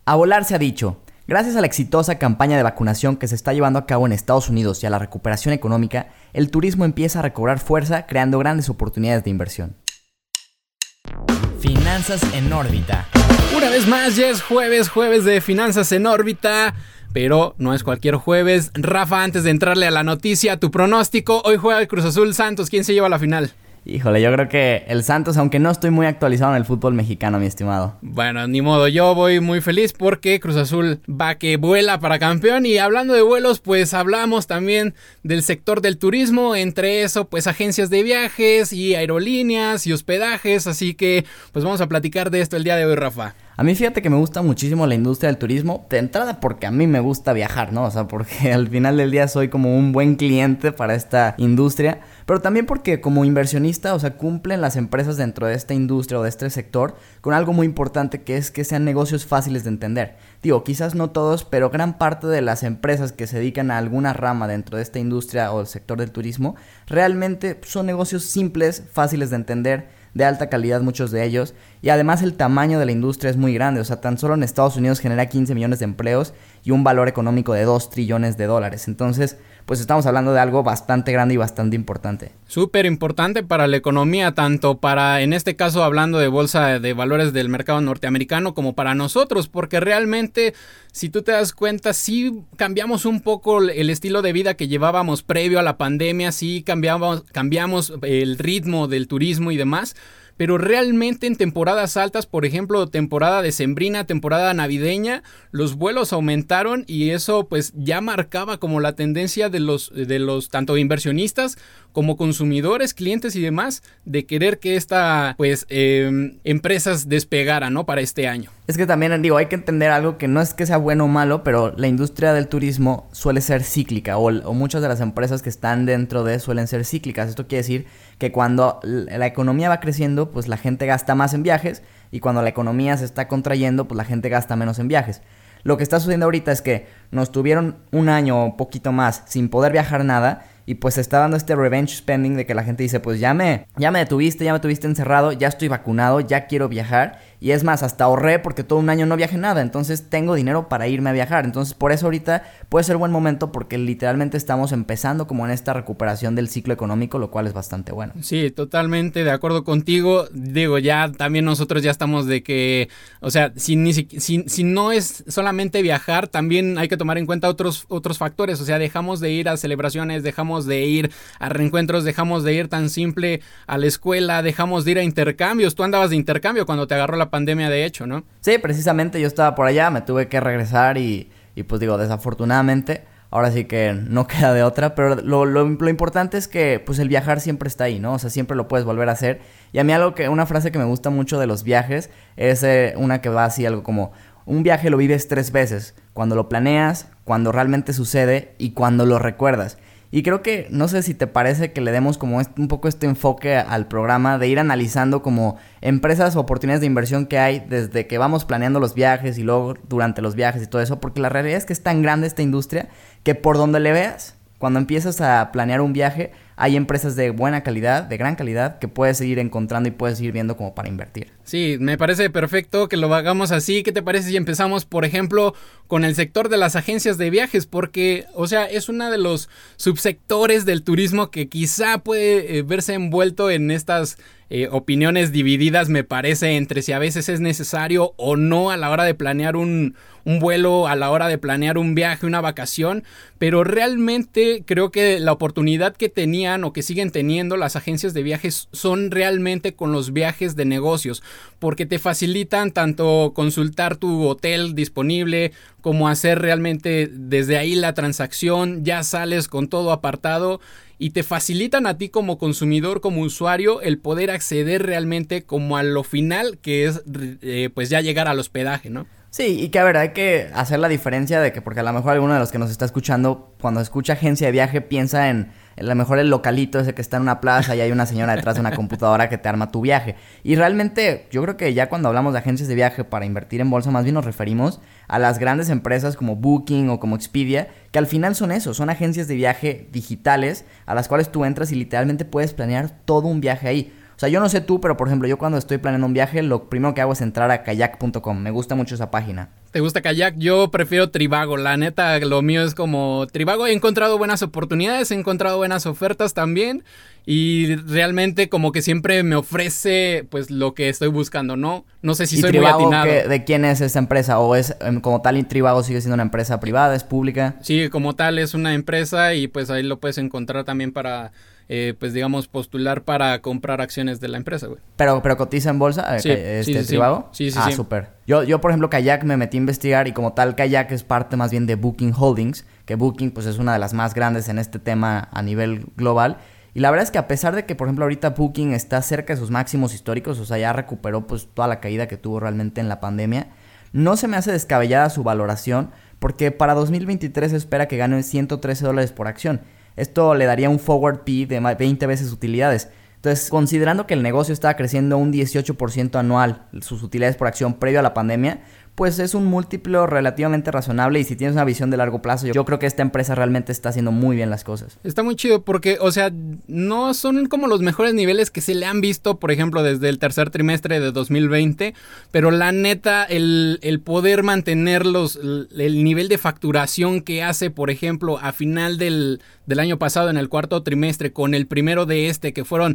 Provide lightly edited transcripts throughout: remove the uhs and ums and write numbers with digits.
A volar se ha dicho. Gracias a la exitosa campaña de vacunación que se está llevando a cabo en Estados Unidos y a la recuperación económica, el turismo empieza a recobrar fuerza, creando grandes oportunidades de inversión. Finanzas en órbita. Una vez más, ya es jueves de Finanzas en órbita, pero no es cualquier jueves. Rafa, antes de entrarle a la noticia, tu pronóstico, hoy juega el Cruz Azul Santos, ¿quién se lleva a la final? Híjole, yo creo que el Santos, aunque no estoy muy actualizado en el fútbol mexicano, mi estimado. Bueno, ni modo, yo voy muy feliz porque Cruz Azul va que vuela para campeón. Y hablando de vuelos, pues hablamos también del sector del turismo, entre eso, pues agencias de viajes y aerolíneas y hospedajes. Así que, pues vamos a platicar de esto el día de hoy, Rafa. A mí fíjate que me gusta muchísimo la industria del turismo, de entrada porque a mí me gusta viajar, ¿no? O sea, porque al final del día soy como un buen cliente para esta industria, pero también porque como inversionista, o sea, cumplen las empresas dentro de esta industria o de este sector con algo muy importante, que es que sean negocios fáciles de entender. Digo, quizás no todos, pero gran parte de las empresas que se dedican a alguna rama dentro de esta industria o el sector del turismo, realmente son negocios simples, fáciles de entender, de alta calidad muchos de ellos, y además el tamaño de la industria es muy grande. O sea, tan solo en Estados Unidos genera 15 millones de empleos y un valor económico de 2 trillones de dólares. Entonces, pues estamos hablando de algo bastante grande y bastante importante. Súper importante para la economía, tanto para, en este caso hablando de bolsa de valores del mercado norteamericano, como para nosotros, porque realmente, si tú te das cuenta, sí cambiamos un poco el estilo de vida que llevábamos previo a la pandemia, sí cambiamos el ritmo del turismo y demás. Pero realmente en temporadas altas, por ejemplo, temporada decembrina, temporada navideña, los vuelos aumentaron y eso pues ya marcaba como la tendencia de los tanto inversionistas como consumidores, clientes y demás, de querer que esta pues empresas despegaran, ¿no? Para este año. Es que también, digo, hay que entender algo que no es que sea bueno o malo, pero la industria del turismo suele ser cíclica, o muchas de las empresas que están dentro de suelen ser cíclicas. Esto quiere decir que cuando la economía va creciendo, pues la gente gasta más en viajes, y cuando la economía se está contrayendo, pues la gente gasta menos en viajes. Lo que está sucediendo ahorita es que nos tuvieron un año o poquito más sin poder viajar nada, y pues se está dando este revenge spending de que la gente dice, pues ya me detuviste encerrado, ya estoy vacunado, ya quiero viajar. Y es más, hasta ahorré porque todo un año no viajé nada, entonces tengo dinero para irme a viajar. Entonces por eso ahorita puede ser buen momento, porque literalmente estamos empezando como en esta recuperación del ciclo económico, lo cual es bastante bueno. Sí, totalmente de acuerdo contigo. Digo, ya también nosotros ya estamos de que, o sea, si no es solamente viajar, también hay que tomar en cuenta otros factores. O sea, dejamos de ir a celebraciones, dejamos de ir a reencuentros, dejamos de ir tan simple a la escuela, dejamos de ir a intercambios. Tú andabas de intercambio cuando te agarró la pandemia, de hecho, ¿no? Sí, precisamente yo estaba por allá, me tuve que regresar y pues digo, desafortunadamente, ahora sí que no queda de otra, pero lo importante es que pues el viajar siempre está ahí, ¿no? O sea, siempre lo puedes volver a hacer. Y a mí una frase que me gusta mucho de los viajes es una que va así, algo como: un viaje lo vives 3 veces, cuando lo planeas, cuando realmente sucede y cuando lo recuerdas. Y creo que, no sé si te parece que le demos como un poco este enfoque al programa, de ir analizando como empresas o oportunidades de inversión que hay desde que vamos planeando los viajes y luego durante los viajes y todo eso, porque la realidad es que es tan grande esta industria que por donde le veas, cuando empiezas a planear un viaje, hay empresas de buena calidad, de gran calidad, que puedes ir encontrando y puedes ir viendo como para invertir. Sí, me parece perfecto que lo hagamos así. ¿Qué te parece si empezamos, por ejemplo, con el sector de las agencias de viajes? Porque, o sea, es uno de los subsectores del turismo que quizá puede verse envuelto en estas opiniones divididas, me parece, entre si a veces es necesario o no a la hora de planear un vuelo, a la hora de planear un viaje, una vacación. Pero realmente creo que la oportunidad que tenían o que siguen teniendo las agencias de viajes son realmente con los viajes de negocios, porque te facilitan tanto consultar tu hotel disponible como hacer realmente desde ahí la transacción. Ya sales con todo apartado y te facilitan a ti como consumidor, como usuario, el poder acceder realmente como a lo final, que es pues ya llegar al hospedaje, ¿no? Sí, y que a ver, hay que hacer la diferencia de que, porque a lo mejor alguno de los que nos está escuchando, cuando escucha agencia de viaje, piensa en a lo mejor el localito ese que está en una plaza y hay una señora detrás de una computadora que te arma tu viaje. Y realmente yo creo que ya cuando hablamos de agencias de viaje para invertir en bolsa, más bien nos referimos a las grandes empresas como Booking o como Expedia, que al final son eso, son agencias de viaje digitales a las cuales tú entras y literalmente puedes planear todo un viaje ahí. O sea, yo no sé tú, pero por ejemplo, yo cuando estoy planeando un viaje, lo primero que hago es entrar a kayak.com. Me gusta mucho esa página. ¿Te gusta Kayak? Yo prefiero Trivago, la neta, lo mío es como Trivago. He encontrado buenas oportunidades, he encontrado buenas ofertas también y realmente como que siempre me ofrece pues lo que estoy buscando, ¿no? No sé si soy Trivago, muy atinado. ¿de quién es esta empresa? ¿O es como tal y Trivago sigue siendo una empresa privada, es pública? Sí, como tal es una empresa y pues ahí lo puedes encontrar también para, pues digamos, postular para comprar acciones de la empresa, güey. Pero cotiza en bolsa, Sí, sí, sí, Trivago. sí, sí, Ah, sí. súper. Yo, por ejemplo, Kayak me metí a investigar y como tal Kayak es parte más bien de Booking Holdings, que Booking pues es una de las más grandes en este tema a nivel global. Y la verdad es que a pesar de que, por ejemplo, ahorita Booking está cerca de sus máximos históricos, o sea, ya recuperó pues toda la caída que tuvo realmente en la pandemia, no se me hace descabellada su valoración, porque para 2023 se espera que gane $113 por acción. Esto le daría un forward P de 20 veces utilidades. Entonces, considerando que el negocio estaba creciendo un 18% anual, sus utilidades por acción previo a la pandemia, pues es un múltiplo relativamente razonable y si tienes una visión de largo plazo, yo creo que esta empresa realmente está haciendo muy bien las cosas. Está muy chido porque, o sea, no son como los mejores niveles que se le han visto, por ejemplo, desde el tercer trimestre de 2020, pero la neta, el poder mantener el nivel de facturación que hace, por ejemplo, a final del año pasado en el cuarto trimestre con el primero de que fueron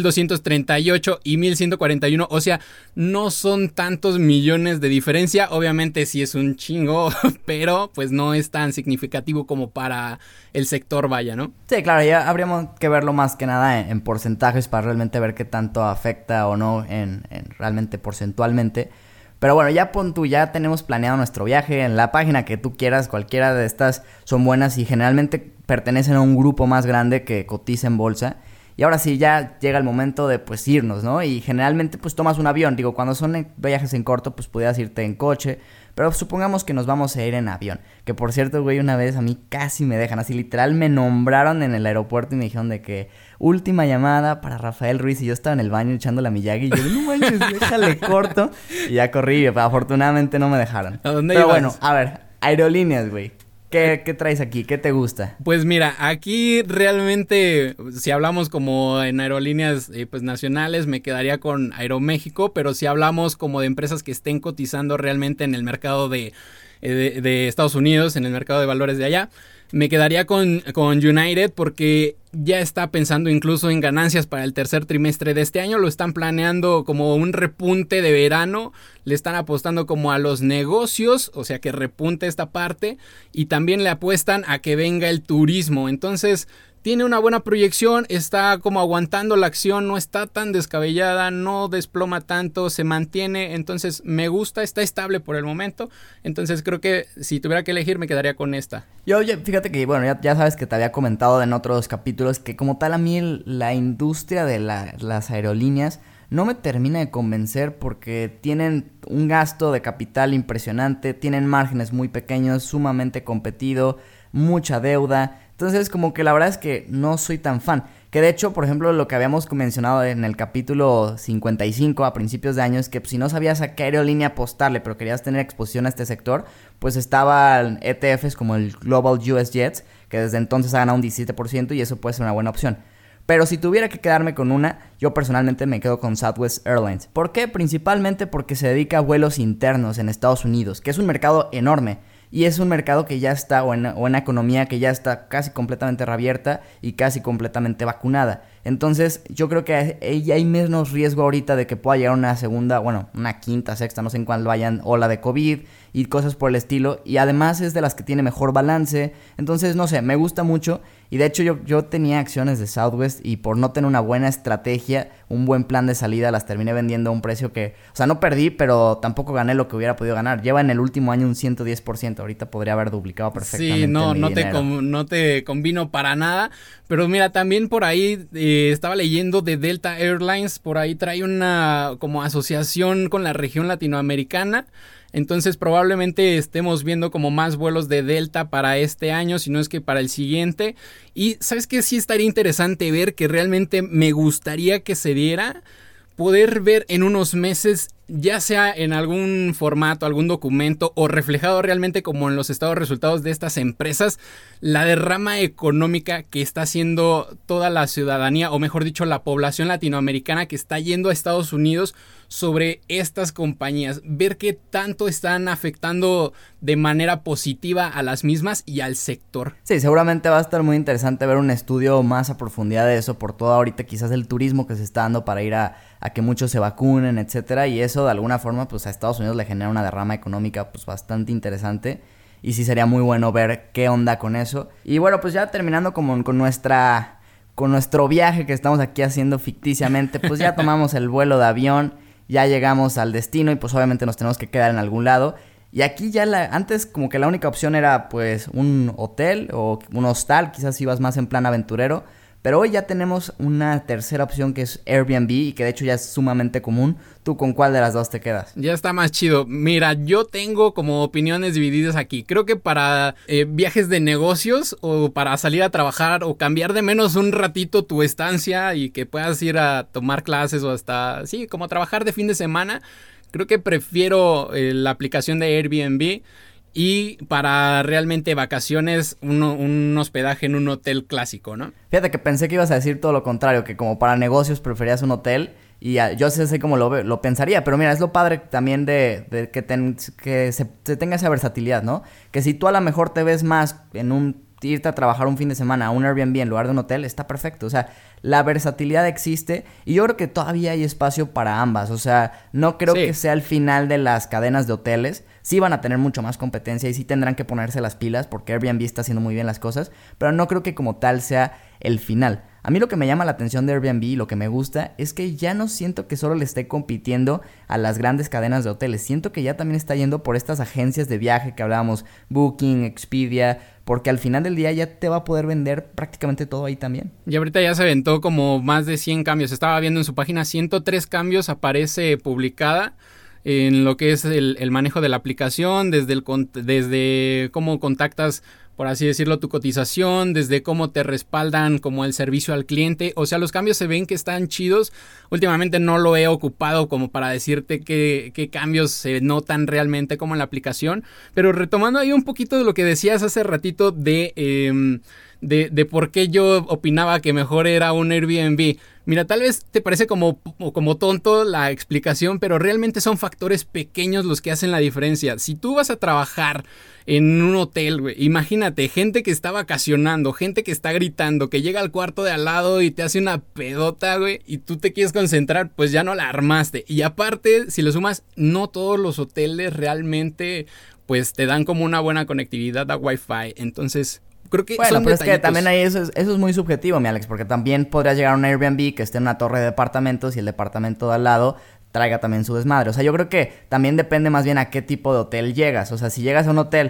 1,238 y 1,141, o sea, no son tantos millones de diferencia, obviamente sí es un chingo, pero pues no es tan significativo como para el sector, vaya, ¿no? Sí, claro, ya habríamos que verlo más que nada en porcentajes para realmente ver qué tanto afecta o no en realmente porcentualmente. Pero bueno, ya pon tú, ya tenemos planeado nuestro viaje en la página que tú quieras, cualquiera de estas son buenas y generalmente pertenecen a un grupo más grande que cotiza en bolsa. Y ahora sí, ya llega el momento de pues irnos, ¿no? Y generalmente pues tomas un avión. Digo, cuando son viajes en corto pues pudieras irte en coche. Pero supongamos que nos vamos a ir en avión. Que por cierto, güey, una vez a mí casi me dejan. Así literal me nombraron en el aeropuerto y me dijeron de que última llamada para Rafael Ruiz. Y yo estaba en el baño echando la Miyagi. Y yo, no manches, déjale corto. Y ya corrí. Afortunadamente no me dejaron. ¿A dónde Pero ibas? bueno, a ver, aerolíneas, güey. ¿Qué traes aquí? ¿Qué te gusta? Pues mira, aquí realmente, si hablamos como en aerolíneas pues nacionales, me quedaría con Aeroméxico, pero si hablamos como de empresas que estén cotizando realmente en el mercado de Estados Unidos, en el mercado de valores de allá, me quedaría con United porque ya está pensando incluso en ganancias para el tercer trimestre de este año. Lo están planeando como un repunte de verano. Le están apostando como a los negocios, o sea que repunte esta parte. Y también le apuestan a que venga el turismo. Entonces tiene una buena proyección, está como aguantando la acción, no está tan descabellada, no desploma tanto, se mantiene, entonces me gusta, está estable por el momento, entonces creo que si tuviera que elegir me quedaría con esta. Yo, fíjate que, bueno, ya sabes que te había comentado en otros capítulos que como tal a mí la industria de las aerolíneas no me termina de convencer porque tienen un gasto de capital impresionante, tienen márgenes muy pequeños, sumamente competido, mucha deuda. Entonces como que la verdad es que no soy tan fan. Que de hecho, por ejemplo, lo que habíamos mencionado en el capítulo 55 a principios de año es que pues, si no sabías a qué aerolínea apostarle pero querías tener exposición a este sector, pues estaban ETFs como el Global US Jets, que desde entonces ha ganado un 17% y eso puede ser una buena opción. Pero si tuviera que quedarme con una, yo personalmente me quedo con Southwest Airlines. ¿Por qué? Principalmente porque se dedica a vuelos internos en Estados Unidos, que es un mercado enorme. Y es un mercado que ya está, o una economía que ya está casi completamente reabierta y casi completamente vacunada. Entonces, yo creo que hay menos riesgo ahorita de que pueda llegar una segunda, bueno, una quinta, sexta, no sé en cuál vayan, ola de COVID y cosas por el estilo. Y además es de las que tiene mejor balance. Entonces, no sé, me gusta mucho. Y de hecho, yo tenía acciones de Southwest y por no tener una buena estrategia, un buen plan de salida, las terminé vendiendo a un precio que, o sea, no perdí, pero tampoco gané lo que hubiera podido ganar. Lleva en el último año un 110%. Ahorita podría haber duplicado perfectamente. Sí, no dinero. no te convino para nada. Pero mira, también por ahí estaba leyendo de Delta Airlines. Por ahí trae una como asociación con la región latinoamericana. Entonces probablemente estemos viendo como más vuelos de Delta para este año, si no es que para el siguiente. Y ¿sabes qué? Sí estaría interesante ver, que realmente me gustaría que se diera, poder ver en unos meses, ya sea en algún formato, algún documento o reflejado realmente como en los estados de resultados de estas empresas, la derrama económica que está haciendo toda la ciudadanía, o mejor dicho, la población latinoamericana que está yendo a Estados Unidos sobre estas compañías, ver qué tanto están afectando de manera positiva a las mismas y al sector. Sí, seguramente va a estar muy interesante ver un estudio más a profundidad de eso, por todo ahorita quizás el turismo que se está dando para ir a que muchos se vacunen, etcétera, y eso de alguna forma pues a Estados Unidos le genera una derrama económica pues bastante interesante, y sí sería muy bueno ver qué onda con eso. Y bueno, pues ya terminando con nuestro viaje que estamos aquí haciendo ficticiamente, pues ya tomamos el vuelo de avión, ya llegamos al destino y pues obviamente nos tenemos que quedar en algún lado. Y aquí ya antes como que la única opción era pues un hotel o un hostal, quizás ibas más en plan aventurero. Pero hoy ya tenemos una tercera opción que es Airbnb y que de hecho ya es sumamente común. ¿Tú con cuál de las dos te quedas? Ya está más chido. Mira, yo tengo como opiniones divididas aquí. Creo que para viajes de negocios o para salir a trabajar o cambiar de menos un ratito tu estancia y que puedas ir a tomar clases o hasta, sí, como trabajar de fin de semana, creo que prefiero la aplicación de Airbnb. Y para realmente vacaciones, un hospedaje en un hotel clásico, ¿no? Fíjate que pensé que ibas a decir todo lo contrario, que como para negocios preferías un hotel. Y yo sé cómo lo pensaría, pero mira, es lo padre también de que se tenga esa versatilidad, ¿no? Que si tú a lo mejor te ves más en irte a trabajar un fin de semana a un Airbnb en lugar de un hotel, está perfecto. O sea, la versatilidad existe y yo creo que todavía hay espacio para ambas. O sea, no creo que sea el final de las cadenas de hoteles. Sí van a tener mucho más competencia y sí tendrán que ponerse las pilas porque Airbnb está haciendo muy bien las cosas, pero no creo que como tal sea el final. A mí lo que me llama la atención de Airbnb y lo que me gusta es que ya no siento que solo le esté compitiendo a las grandes cadenas de hoteles. Siento que ya también está yendo por estas agencias de viaje que hablábamos, Booking, Expedia, porque al final del día ya te va a poder vender prácticamente todo ahí también. Y ahorita ya se aventó como más de 100 cambios. Estaba viendo en su página 103 cambios aparece publicada en lo que es el manejo de la aplicación, desde cómo contactas, por así decirlo, tu cotización, desde cómo te respaldan como el servicio al cliente. O sea, los cambios se ven que están chidos. Últimamente no lo he ocupado como para decirte qué cambios se notan realmente como en la aplicación. Pero retomando ahí un poquito de lo que decías hace ratito de por qué yo opinaba que mejor era un Airbnb. Mira, tal vez te parece como tonto la explicación, pero realmente son factores pequeños los que hacen la diferencia. Si tú vas a trabajar en un hotel, güey, imagínate, gente que está vacacionando, gente que está gritando, que llega al cuarto de al lado y te hace una pedota, güey, y tú te quieres concentrar, pues ya no la armaste. Y aparte, si lo sumas, no todos los hoteles realmente, pues te dan como una buena conectividad a Wi-Fi. Entonces, creo que bueno, son pero detallitos. Es que también ahí eso es muy subjetivo, mi Alex, porque también podrías llegar a un Airbnb que esté en una torre de departamentos y el departamento de al lado traiga también su desmadre. O sea, yo creo que también depende más bien a qué tipo de hotel llegas. O sea, si llegas a un hotel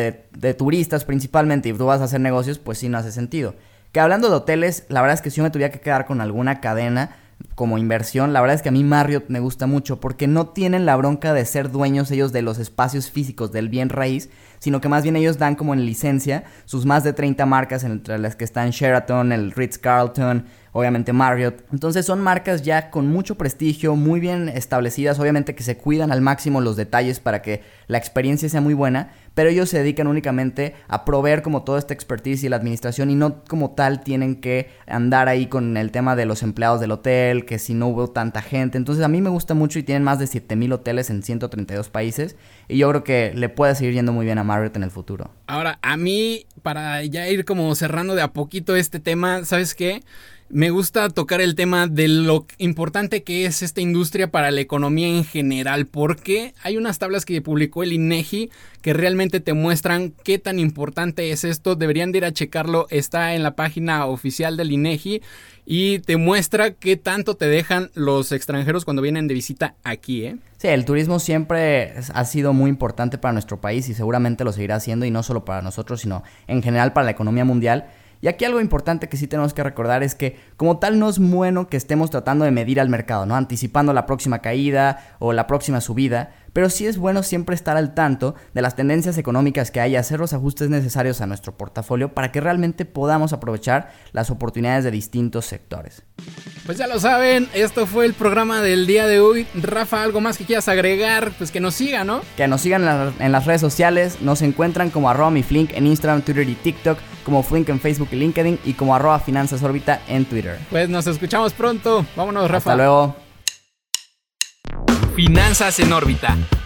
de turistas principalmente y tú vas a hacer negocios, pues sí no hace sentido. Que hablando de hoteles, la verdad es que si yo me tuviera que quedar con alguna cadena como inversión, la verdad es que a mí Marriott me gusta mucho porque no tienen la bronca de ser dueños ellos de los espacios físicos del bien raíz, sino que más bien ellos dan como en licencia sus más de 30 marcas, entre las que están Sheraton, el Ritz-Carlton, obviamente Marriott. Entonces son marcas ya con mucho prestigio, muy bien establecidas, obviamente que se cuidan al máximo los detalles para que la experiencia sea muy buena, pero ellos se dedican únicamente a proveer como toda esta expertise y la administración y no como tal tienen que andar ahí con el tema de los empleados del hotel, que si no hubo tanta gente. Entonces a mí me gusta mucho y tienen más de 7,000 hoteles en 132 países y yo creo que le puede seguir yendo muy bien a Marriott en el futuro. Ahora, a mí, para ya ir como cerrando de a poquito este tema, ¿sabes qué? Me gusta tocar el tema de lo importante que es esta industria para la economía en general, porque hay unas tablas que publicó el INEGI que realmente te muestran qué tan importante es esto. Deberían de ir a checarlo, está en la página oficial del INEGI y te muestra qué tanto te dejan los extranjeros cuando vienen de visita aquí, ¿eh? Sí, el turismo siempre ha sido muy importante para nuestro país y seguramente lo seguirá siendo, y no solo para nosotros, sino en general para la economía mundial. Y aquí algo importante que sí tenemos que recordar es que como tal no es bueno que estemos tratando de medir al mercado, ¿no? Anticipando la próxima caída o la próxima subida, pero sí es bueno siempre estar al tanto de las tendencias económicas que hay y hacer los ajustes necesarios a nuestro portafolio para que realmente podamos aprovechar las oportunidades de distintos sectores. Pues ya lo saben, esto fue el programa del día de hoy. Rafa, ¿algo más que quieras agregar? Pues que nos sigan, ¿no? Que nos sigan en las redes sociales. Nos encuentran como @miflink en Instagram, Twitter y TikTok, como Flink en Facebook y LinkedIn y como @finanzasorbita en Twitter. Pues nos escuchamos pronto. Vámonos, Rafa. Hasta luego. Finanzas en órbita.